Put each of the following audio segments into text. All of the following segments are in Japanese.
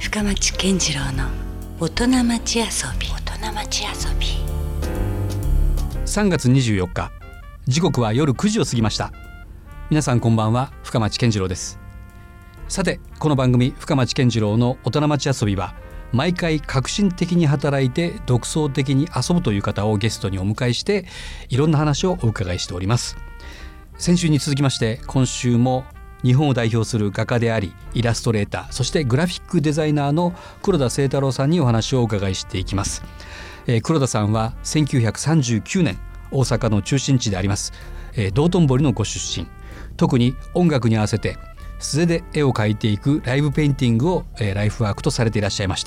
深町健次郎の大人町遊び。 3月24日、時刻は夜9時を過ぎました。皆さんこんばんは、深町健次郎です。さて、この番組深町健次郎の大人町遊びは、毎回革新的に働いて独創的に遊ぶという方をゲストにお迎えして、いろんな話をお伺いしております。先週に続きまして、今週も日本を代表する画家であり、イラストレーター、そしてグラフィックデザイナーの黒田清太郎さんにお話をお伺いしていきます。黒田さんは1939年大阪の中心地であります、道頓堀のご出身。特に音楽に合わせて素手で絵を描いていくライブペインティングを、ライフワークとされていらっしゃいまして、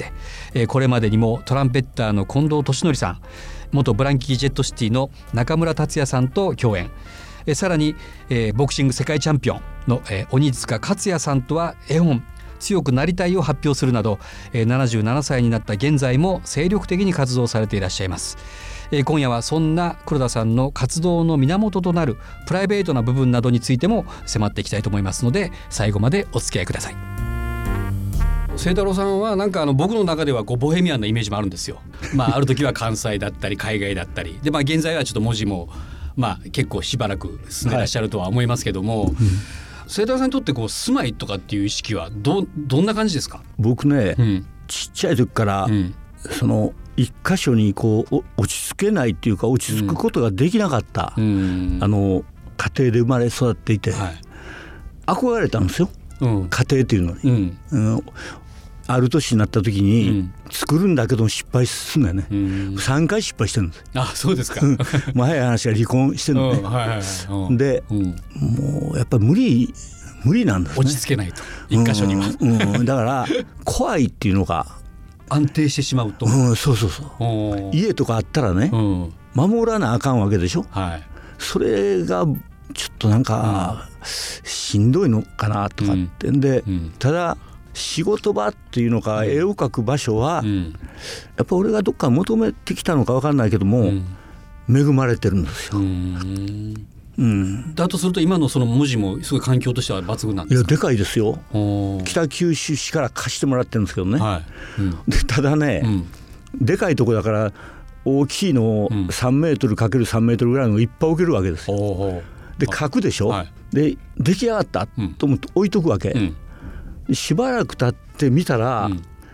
これまでにもトランペッターの近藤俊則さん、元ブランキー・ジェット・シティの中村達也さんと共演。さらに、ボクシング世界チャンピオンの、鬼塚勝也さんとは絵本強くなりたいを発表するなど、77歳になった現在も精力的に活動されていらっしゃいます。今夜はそんな黒田さんの活動の源となるプライベートな部分などについても迫っていきたいと思いますので、最後までお付き合いください。清太郎さんはなんか僕の中ではボヘミアンなイメージもあるんですよ。ある時は関西だったり海外だったりで、現在はちょっと文字も結構しばらく住んでらっしゃるとは思いますけども、清太郎さんにとって住まいとかっていう意識はどんな感じですか？ 僕ね、ちっちゃい時から、その一箇所に落ち着けないっていうか、落ち着くことができなかった、家庭で生まれ育っていて、憧れたんですよ、家庭っていうのに、ある年になった時に、作るんだけど失敗するんだよね、3回失敗してるんです。 あ、そうですか。 早い話が離婚してるのね、で、もうやっぱり無理なんですね、 落ち着けないと一箇所には、 だから怖いっていうのが安定してしまうと、 そう家とかあったらね、守らなあかんわけでしょ、それがちょっとなんか、しんどいのかなとかってんで、ただ仕事場っていうのか、絵を描く場所は、やっぱ俺がどっか求めてきたのか分かんないけども、恵まれてるんですよ。 だとすると今のその文字もすごい環境としては抜群なんですか？ いや、でかいですよ。北九州市から貸してもらってるんですけどね、でただね、でかいとこだから大きいのを3メートル ×3 メートルぐらいのいっぱい置けるわけですよ。で書くでしょ、で出来上がったと思って置いとくわけ、しばらく経ってみたら、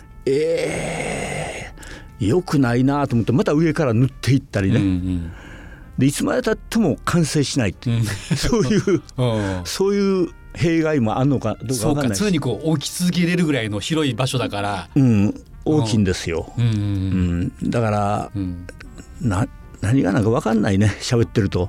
良くないなと思って、また上から塗っていったりね、でいつまで経っても完成しないっていう、そういう弊害もあるのかどうか分かんないし。 常に置き続けれるぐらいの広い場所だから、 大きいんですよ、だから、何がなんか分かんないね、喋ってると。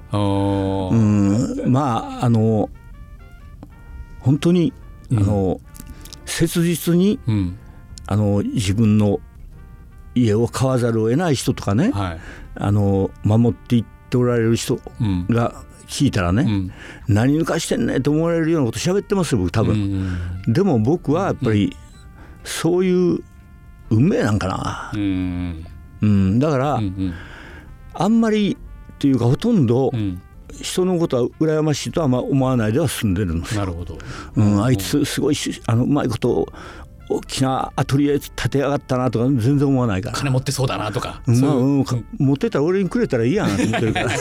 本当に切実に、自分の家を買わざるを得ない人とかね、守っていっておられる人が聞いたらね、何抜かしてんねんと思われるようなこと喋ってますよ、僕多分。でも僕はやっぱり、そういう運命なんかな、だから、あんまりっていうかほとんど、人のことは羨ましいとは思わないでは済んでるんですよ。 なるほど。 あいつすごいうまいこと大きなアトリエ建て上がったなとか全然思わないから。 金持ってそうだなとか、 持ってたら俺にくれたらいいやなと思ってるから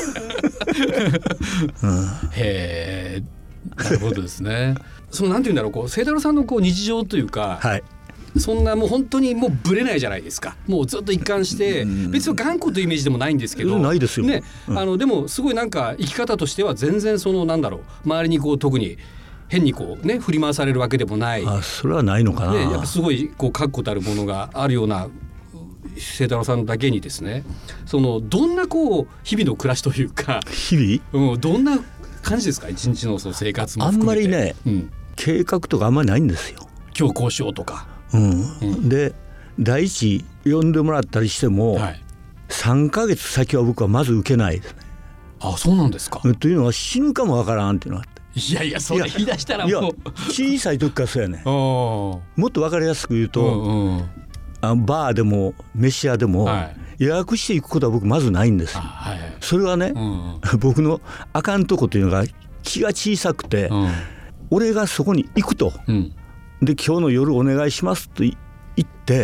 へえ、なるほどですね。なんていうんだろう、清太郎さんの日常というか、そんなもう本当にもうブレないじゃないですか。もうずっと一貫して、別に頑固というイメージでもないんですけど、 ないですよ、 ね、でもすごいなんか生き方としては全然なんだろう、周りに特に変に振り回されるわけでもない。 それはないのかな、 やっぱすごい確固たるものがあるような清太郎さんだけにですね、どんな日々の暮らしというか、 日々、 どんな感じですか、一日の生活も含めて。 あんまりね、計画とかあんまりないんですよ。 今日こうしようとか、 で第一呼んでもらったりしても、3ヶ月先は僕はまず受けないですね。 あ、そうなんですか。 というのは死ぬかもわからんっていうのがあって。 いやそれ言い出したらもう小さい時からそうやねもっと分かりやすく言うと、バーでも飯屋でも、予約していくことは僕まずないんですよ。それはね、僕のあかんとこというのが気が小さくて、俺がそこに行くと、で今日の夜お願いしますと言っ 、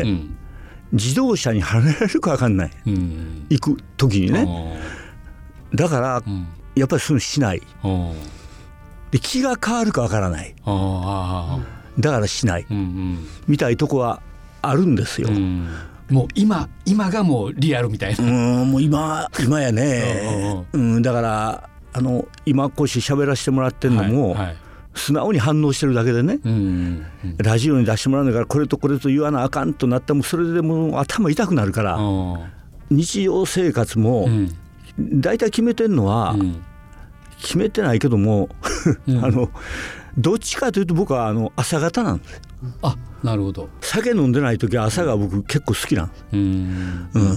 自動車にはねられるか分かんない、行く時にね。だから、やっぱりそういうのしない。で気が変わるか分からない。だからしない、みたいなとこはあるんですよ。 もう今がもうリアルみたいな。 もう今やね。だから今こうして喋らせてもらってるのも、素直に反応してるだけでね、ラジオに出してもらうんだからこれとこれと言わなあかんとなってもそれでもう頭痛くなるから、日常生活もだいたい決めてんのは、決めてないけどもどっちかというと僕は朝方なんですよ。 なるほど。 酒飲んでない時は朝が僕結構好きなんです。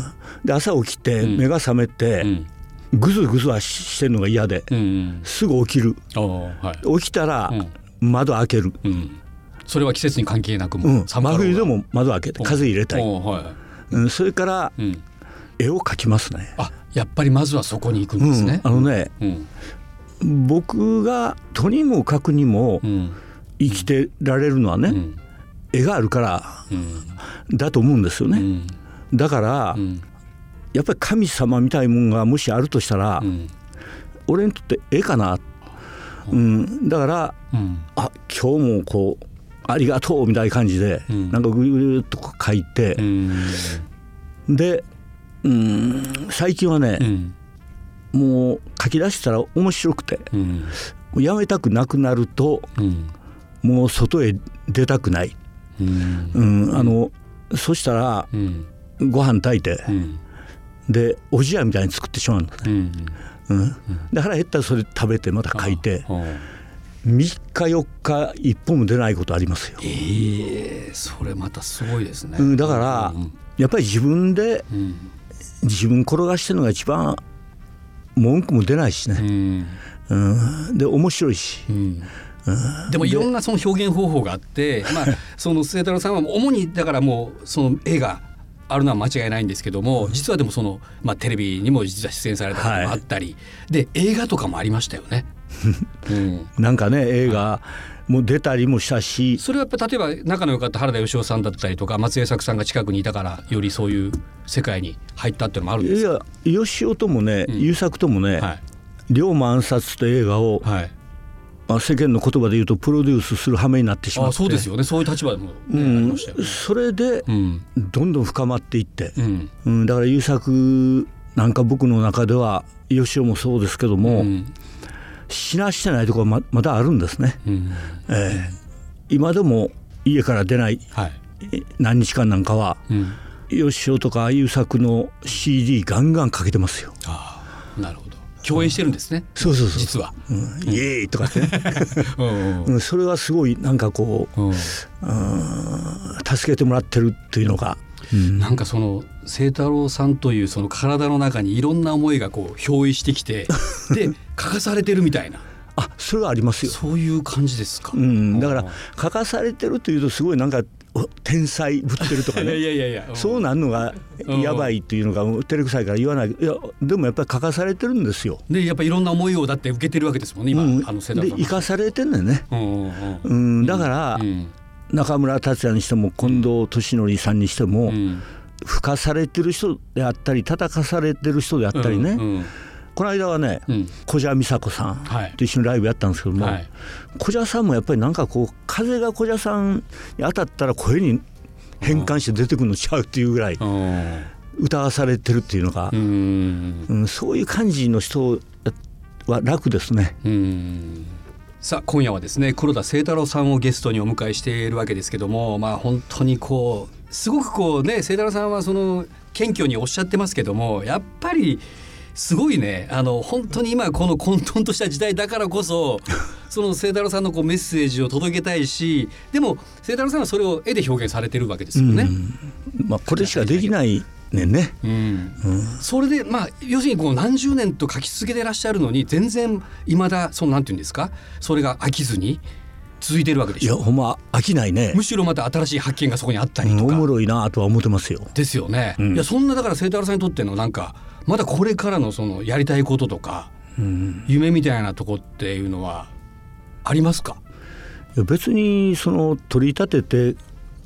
で朝起きて目が覚めて、ぐずぐずはしてるのが嫌で、すぐ起きる。起きたら、窓開ける。 それは季節に関係なく真冬でも窓開けて風入れたい。それから、絵を描きますね。 やっぱりまずはそこに行くんですね。 僕がとにもかくにも生きてられるのはね、絵があるからだと思うんですよね。だから、やっぱり神様みたいなもんがもしあるとしたら、俺にとって絵かな、だから、今日もこうありがとうみたいな感じで、なんかぐるっと描いて、で、最近はね、もう書き出したら面白くて、やめたくなくなると、もう外へ出たくない、そしたら、ご飯炊いて、でおじやみたいに作ってしまうんですね。で腹減ったらそれ食べてまた書いて、3日4日一本も出ないことありますよ。 それまたすごいですね。 だから、やっぱり自分で、自分転がしてるのが一番文句も出ないしね、で面白いし、 でもいろんなその表現方法があって、その末太郎さんは主にだからもうその絵があるのは間違いないんですけども、実はでもその、テレビにも実は出演されたこともあったり、で映画とかもありましたよね。 なんかね映画も出たりもしたし、 それはやっぱ例えば仲の良かった原田芳雄さんだったりとか松江作さんが近くにいたからよりそういう世界に入ったっていうのもあるんですか。 いや芳雄ともね、優作ともね、龍馬暗殺という映画を、世間の言葉で言うとプロデュースする羽目になってしまって。 そうですよね。そういう立場でも、ありましたよね。 それで、どんどん深まっていって、だから優作なんか僕の中では芳雄もそうですけども、死なしてないところは まだあるんですね。今でも家から出ない、何日間なんかは、芳雄とか優作の CD ガンガンかけてますよ。 なるほど。共演してるんですね。 そう実は、 イエーイとかってねそれはすごいなんかこう、助けてもらってるっていうのが、 なんかその清太郎さんというその体の中にいろんな思いがこう憑依してきてで書かされてるみたいな。 それはありますよ。 そういう感じですか。 だから書かされてるというとすごいなんか天才ぶってるとかねそうなんのがやばいっていうのが照れくさいから言わない。でもやっぱり書かされてるんですよ。 でやっぱりいろんな思いをだって受けてるわけですもんね今、 で生かされてんねんね。だから、中村達也にしても近藤俊則さんにしても、吹かされてる人であったり叩かされてる人であったりね、この間はね、小蛇美佐子さんと一緒にライブやったんですけども、小蛇さんもやっぱりなんかこう風が小蛇さんに当たったら声に変換して出てくるのちゃうっていうぐらい歌わされてるっていうのが、そういう感じの人は楽ですね。 さあ今夜はですね黒田清太郎さんをゲストにお迎えしているわけですけども、本当にこうすごくこうね清太郎さんはその謙虚におっしゃってますけども、やっぱりすごいね本当に今この混沌とした時代だからこそその清太郎さんのこうメッセージを届けたいし、でも清太郎さんはそれを絵で表現されてるわけですよね。 これしかできないねんね。 それで要するにこう何十年と書き続けてらっしゃるのに全然未だそのなんていうんですか、それが飽きずに続いてるわけでしょ。 いやほんま飽きないね。 むしろまた新しい発見がそこにあったりとか、 おもろいなとは思ってますよ。 ですよね。いやそんなだから清太郎さんにとってのなんかまだこれからのそのやりたいこととか、夢みたいなとこっていうのはありますか。 いや別にその取り立てて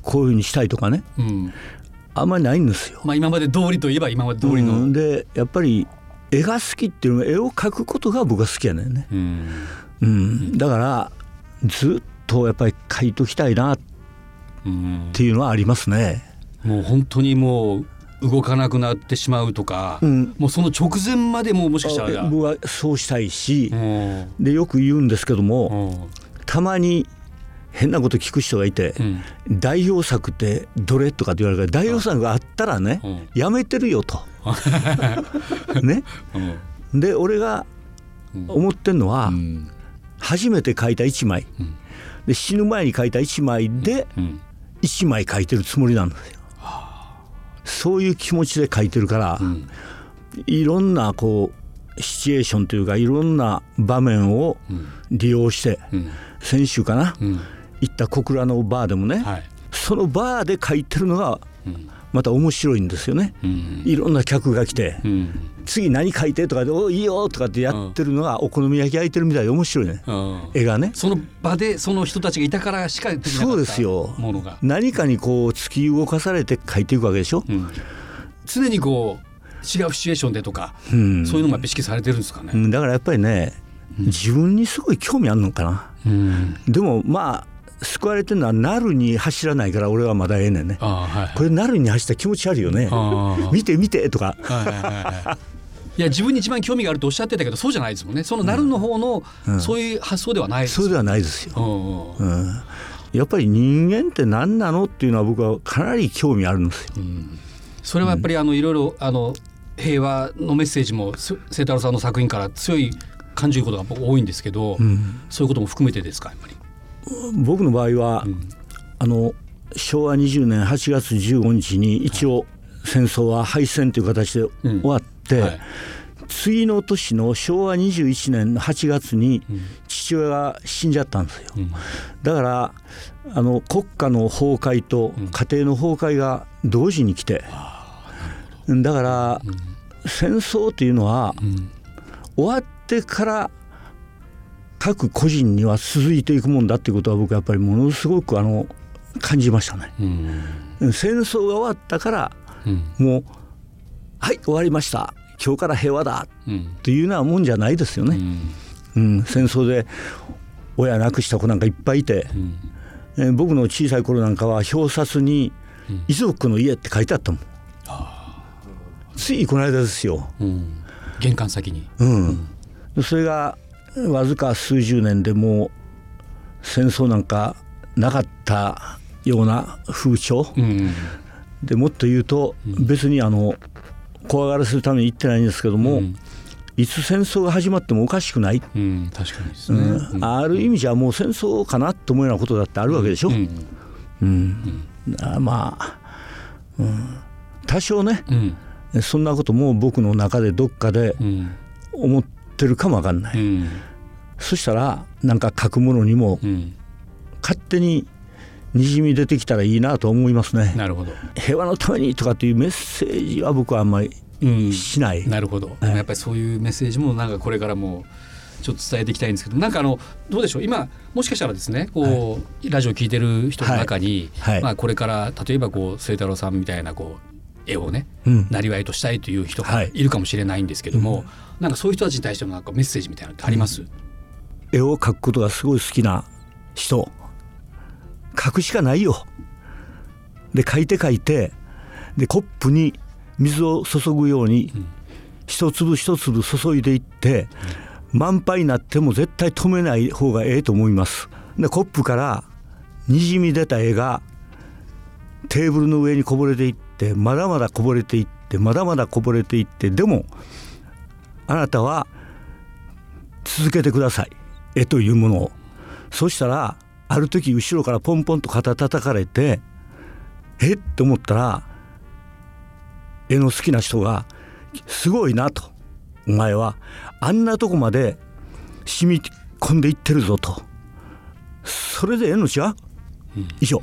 こういうふうにしたいとかね、あんまりないんですよ。 今まで通りといえば今まで通りの、 でやっぱり絵が好きっていうのは絵を描くことが僕は好きやねんね。だからずっとやっぱり描いときたいなっていうのはありますね。 もう本当にもう動かなくなってしまうとか、もうその直前までもしかしたら僕はそうしたいし、でよく言うんですけども、たまに変なこと聞く人がいて、代表作ってどれとかって言われるから、代表作があったらね、やめてるよとね、で俺が思ってんのは、初めて描いた1枚、で死ぬ前に描いた1枚で1枚描いてるつもりなんですよ。そういう気持ちで描いてるから、いろんなこうシチュエーションというかいろんな場面を利用して、先週かな、行った小倉のバーでもね、そのバーで描いてるのがまた面白いんですよね。いろんな客が来て、次何描いてとかでおいいよとかってやってるのがお好み焼き焼いてるみたいで面白いね、絵がね。 その場でその人たちがいたからしかできなかったものが。 そうですよ。何かにこう突き動かされて描いていくわけでしょ。 常にこう違うシチュエーションでとか、そういうのもやっぱ意識されてるんですかね。 だからやっぱりね、自分にすごい興味あるのかな。でもまあ救われてるのはナルに走らないから俺はまだええねんね。これナルに走ったら気持ち悪いよね。見て見てとか。 いや自分に一番興味があるとおっしゃってたけど、そうじゃないですもんね。そのナルの方の、そういう発想ではないです。 そうではないですよ。やっぱり人間って何なのっていうのは僕はかなり興味あるんですよ。 それはやっぱりいろいろ平和のメッセージも清太郎さんの作品から強い感じることが多いんですけど、そういうことも含めてですか。やっぱり僕の場合は、昭和20年8月15日に一応戦争は敗戦という形で終わって、次の年の昭和21年の8月に父親が死んじゃったんですよ。だから国家の崩壊と家庭の崩壊が同時に来て、だから戦争というのは終わってから各個人には続いていくもんだっていうことは僕はやっぱりものすごく感じましたね。戦争が終わったから、もうはい終わりました今日から平和だっていうようなもんじゃないですよね。戦争で親亡くした子なんかいっぱいいて、僕の小さい頃なんかは表札に遺族の家って書いてあったもん。ついこの間ですよ、 玄関先に、 それがわずか数十年でもう戦争なんかなかったような風潮、でもっと言うと、別に怖がらせるために言ってないんですけども、いつ戦争が始まってもおかしくない、 確かにですね、 ある意味じゃもう戦争かなと思うようなことだってあるわけでしょ。まあ、多少ね、そんなことも僕の中でどっかで思ってるかもわかんない。そしたらなんか書くものにも勝手ににじみ出てきたらいいなと思いますね。 なるほど。 平和のためにとかっていうメッセージは僕はあんまりしない。 なるほど。やっぱりそういうメッセージもなんかこれからもちょっと伝えていきたいんですけど、なんかどうでしょう、今もしかしたらですね、こう、ラジオ聞いてる人の中に、まあ、これから例えば清太郎さんみたいな絵をね、なりわいとしたいという人がいるかもしれないんですけども、なんかそういう人たちに対してのなんかメッセージみたいなのってあります？ 絵を描くことがすごい好きな人、描くしかないよ。で描いて描いて、でコップに水を注ぐように一粒一粒注いでいって、満杯になっても絶対止めない方がええと思います。でコップからにじみ出た絵がテーブルの上にこぼれていって、まだまだこぼれていって、まだまだこぼれていって、でもあなたは続けてください、絵というものを。そしたらある時後ろからポンポンと肩叩かれて、えって思ったら、絵の好きな人がすごいなと、お前はあんなとこまで染み込んでいってるぞと。それで絵の違う、以上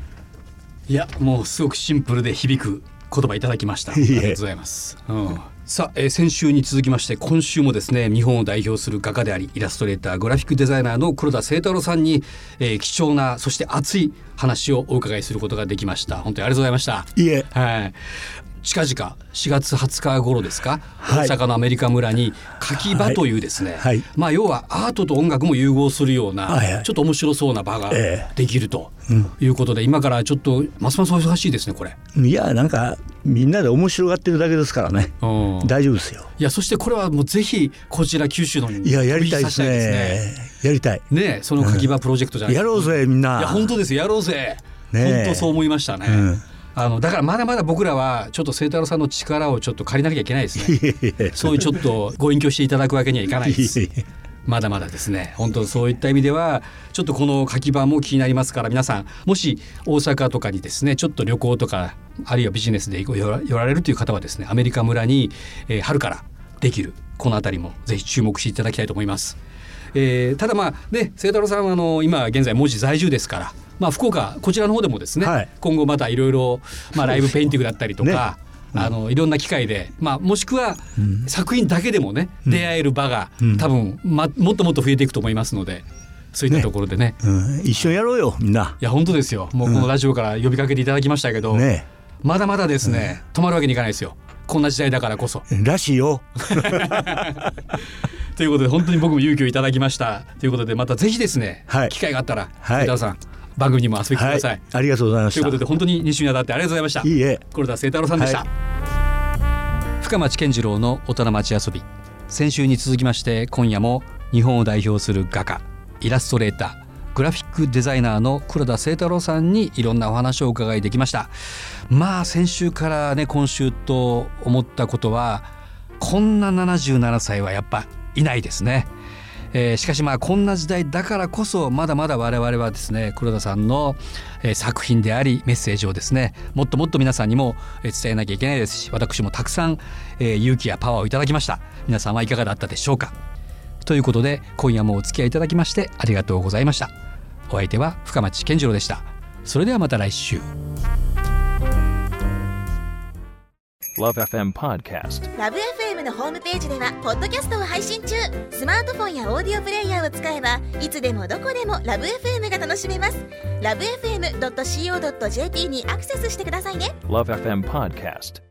いやもうすごくシンプルで響く言葉いただきました。ありがとうございます。 さあ、先週に続きまして今週もですね、日本を代表する画家でありイラストレーターグラフィックデザイナーの黒田清太郎さんに、貴重なそして熱い話をお伺いすることができました。本当にありがとうございました。 いえ、 はい、近々4月20日頃ですか、 はい、 大阪のアメリカ村に柿場というですね、 はいはい、 まあ、要はアートと音楽も融合するような、 はいはい、 ちょっと面白そうな場ができるということで、今からちょっとますますお忙しいですねこれ。 いや、なんかみんなで面白がってるだけですからね、大丈夫ですよ。 いや、そしてこれはもうぜひこちら九州のにいや、やりたいですね。やりたいね、その柿場プロジェクトじゃない、 やろうぜみんな。 いや本当です、やろうぜ、 ね、 本当そう思いましたね、だからまだまだ僕らはちょっと清太郎さんの力をちょっと借りなきゃいけないですね。そういうちょっとご隠居していただくわけにはいかないです。まだまだですね。本当そういった意味ではちょっとこの柿場も気になりますから、皆さんもし大阪とかにですねちょっと旅行とかあるいはビジネスで寄られるという方はですね、アメリカ村に、春からできるこのあたりもぜひ注目していただきたいと思います。ただまあね、清太郎さんは今現在門司在住ですから、まあ、福岡こちらの方でもですね、はい、今後またいろいろライブペインティングだったりとか、いろんな機会で、もしくは作品だけでもね、出会える場が多分、もっともっと増えていくと思いますので、そういったところでね、 一緒にやろうよみんな。 いや本当ですよ。もうこのラジオから呼びかけていただきましたけど、まだまだですね、止まるわけにいかないですよ。こんな時代だからこそらしいよということで本当に僕も勇気をいただきましたということで、またぜひですね、機会があったら清太郎さん、番組にも遊びに来てください。 ありがとうございました。 ということで本当に2週にわたってありがとうございました。 いいえ、 黒田清太郎さんでした。深町健次郎の大人町遊び、先週に続きまして今夜も日本を代表する画家、イラストレーター、グラフィックデザイナーの黒田清太郎さんにいろんなお話をお伺いできました。先週からね今週と思ったことは、こんな77歳はやっぱいないですね。しかしこんな時代だからこそまだまだ我々はですね、黒田さんの作品でありメッセージをですね、もっともっと皆さんにも伝えなきゃいけないですし、私もたくさん勇気やパワーをいただきました。皆さんはいかがだったでしょうか。ということで今夜もお付き合いいただきましてありがとうございました。お相手は深町健次郎でした。それではまた来週。 LoveFM Podcast。LoveFM のホームページではポッドキャストを配信中。スマートフォンやオーディオプレイヤーを使えばいつでもどこでも LoveFM が楽しめます。LoveFM.co.jp にアクセスしてくださいね。LoveFM Podcast。